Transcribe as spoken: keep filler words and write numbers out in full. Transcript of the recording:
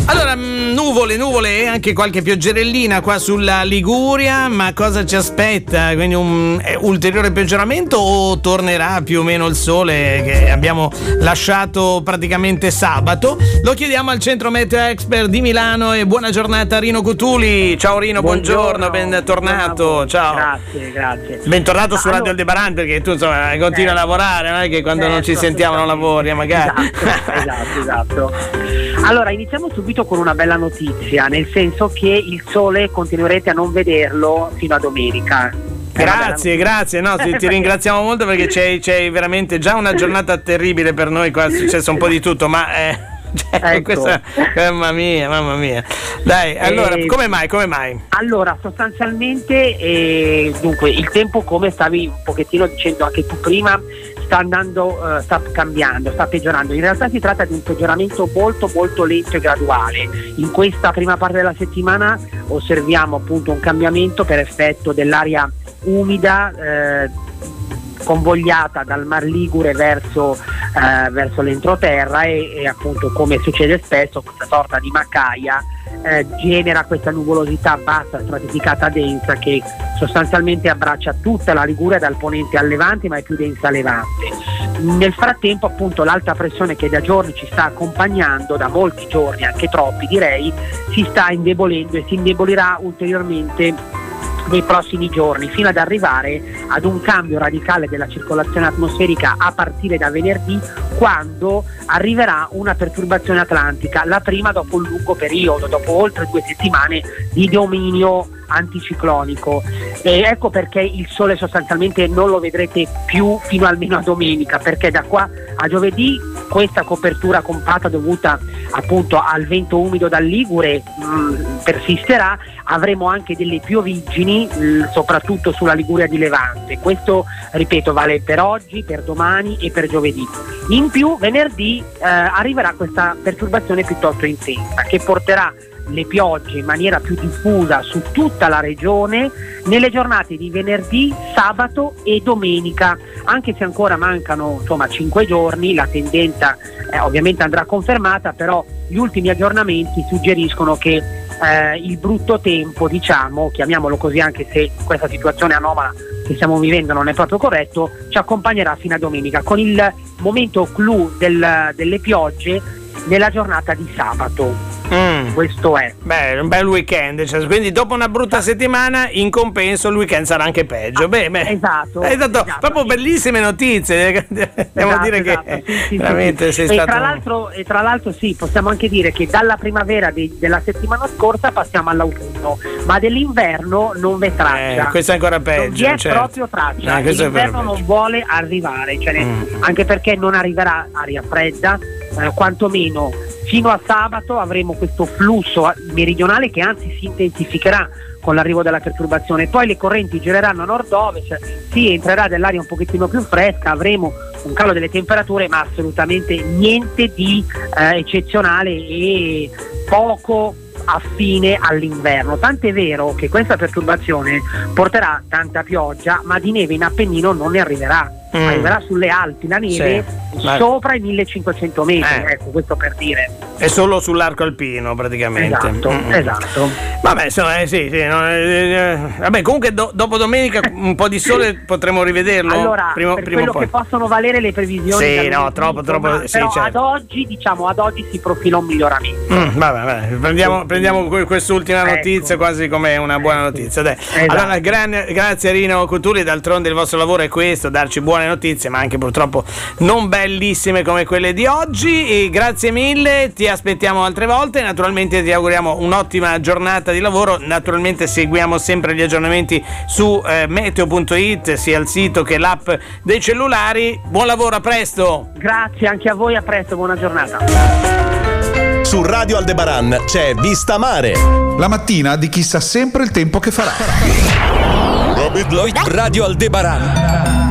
Allora, nuvole, nuvole e anche qualche pioggerellina qua sulla Liguria, ma cosa ci aspetta? Quindi un eh, ulteriore peggioramento o tornerà più o meno il sole che abbiamo lasciato praticamente sabato? Lo chiediamo al centro meteo expert di Milano e buona giornata Rino Cutuli. Ciao Rino, buongiorno, buongiorno bentornato. Ciao. Grazie, grazie. Bentornato Ma su Radio allora... Aldebaran, perché tu insomma continui certo. a lavorare, non è che quando certo, non ci sentiamo non lavori, magari. Esatto, esatto, esatto. Allora, iniziamo subito con una bella notizia, nel senso che il sole continuerete a non vederlo fino a domenica. Grazie, grazie, no, ti, ti ringraziamo molto perché c'è, c'è veramente già una giornata terribile per noi, qua è successo un po' di tutto, ma eh, cioè, ecco. questa, mamma mia, mamma mia. Dai, allora, eh, come mai, come mai? Allora, sostanzialmente, eh, dunque, il tempo, come stavi un pochettino dicendo anche tu prima, sta andando, uh, sta cambiando, sta peggiorando. In realtà si tratta di un peggioramento molto molto lento e graduale. In questa prima parte della settimana osserviamo appunto un cambiamento per effetto dell'aria umida eh, convogliata dal Mar Ligure verso, eh, verso l'entroterra e, e appunto, come succede spesso, questa sorta di maccaia eh, genera questa nuvolosità bassa stratificata densa che sostanzialmente abbraccia tutta la Liguria dal ponente al levante, ma è più densa a levante. Nel frattempo appunto l'alta pressione che da giorni ci sta accompagnando, da molti giorni, anche troppi direi, si sta indebolendo e si indebolirà ulteriormente nei prossimi giorni, fino ad arrivare ad un cambio radicale della circolazione atmosferica a partire da venerdì, quando arriverà una perturbazione atlantica, la prima dopo un lungo periodo, dopo oltre due settimane di dominio anticiclonico. E ecco perché il sole sostanzialmente non lo vedrete più fino almeno a domenica, perché da qua a giovedì questa copertura compatta dovuta appunto al vento umido dal Ligure mh, persisterà. Avremo anche delle pioviggini mh, soprattutto sulla Liguria di Levante. Questo, ripeto, vale per oggi, per domani e per giovedì. In più venerdì eh, arriverà questa perturbazione piuttosto intensa che porterà le piogge in maniera più diffusa su tutta la regione nelle giornate di venerdì, sabato e domenica. Anche se ancora mancano insomma cinque giorni, la tendenza eh, ovviamente andrà confermata, però gli ultimi aggiornamenti suggeriscono che eh, il brutto tempo, diciamo, chiamiamolo così anche se questa situazione anomala che stiamo vivendo non è proprio corretto, ci accompagnerà fino a domenica, con il momento clou del, delle piogge nella giornata di sabato. Mm. Questo è. Beh, un bel weekend, cioè, quindi dopo una brutta settimana in compenso il weekend sarà anche peggio. Ah, beh, beh, esatto, è stato esatto, proprio sì. Bellissime notizie. Devo esatto, dire esatto, che sì, sì, veramente sì, sì. sei E stato. tra l'altro, e tra l'altro sì, possiamo anche dire che dalla primavera de- della settimana scorsa passiamo all'autunno, ma dell'inverno non v'è traccia. Eh, questo è ancora peggio. Non vi è certo. proprio traccia. Eh, L'inverno non vuole arrivare, cioè, mm. anche perché non arriverà aria fredda, eh, quantomeno fino a sabato avremo questo flusso meridionale che anzi si intensificherà con l'arrivo della perturbazione. Poi le correnti gireranno a nord-ovest, si entrerà dell'aria un pochettino più fresca, avremo un calo delle temperature, ma assolutamente niente di eh, eccezionale e poco affine all'inverno. Tant'è vero che questa perturbazione porterà tanta pioggia, ma di neve in Appennino non ne arriverà. Mm. Arriverà sulle Alpi la neve, sì, sopra i millecinquecento metri, eh. ecco, questo per dire. È solo sull'arco alpino praticamente. Esatto, mm. esatto. Vabbè, insomma, eh, sì, sì, no, eh, vabbè, comunque do, dopo domenica un po' di sole potremo rivederlo. Allora, prima, per prima quello poi. che possono valere le previsioni. Sì, no, troppo, troppo. Ma, sì, però certo. ad oggi, diciamo, ad oggi si profila un miglioramento. Mm, vabbè, vabbè. Prendiamo, prendiamo quest'ultima notizia, ecco, quasi come una buona notizia. Dai. Esatto. Allora, gran, grazie a Rino Cutuli, d'altronde il vostro lavoro è questo, darci buone notizie, ma anche purtroppo non bellissime come quelle di oggi. E grazie mille, ti aspettiamo altre volte. Naturalmente ti auguriamo un'ottima giornata di lavoro. Naturalmente seguiamo sempre gli aggiornamenti su eh, meteo punto it, sia il sito che l'app dei cellulari. Buon lavoro, a presto. Grazie anche a voi, a presto, buona giornata. Su Radio Aldebaran c'è Vista Mare, la mattina di chi sa sempre il tempo che farà. Radio Aldebaran.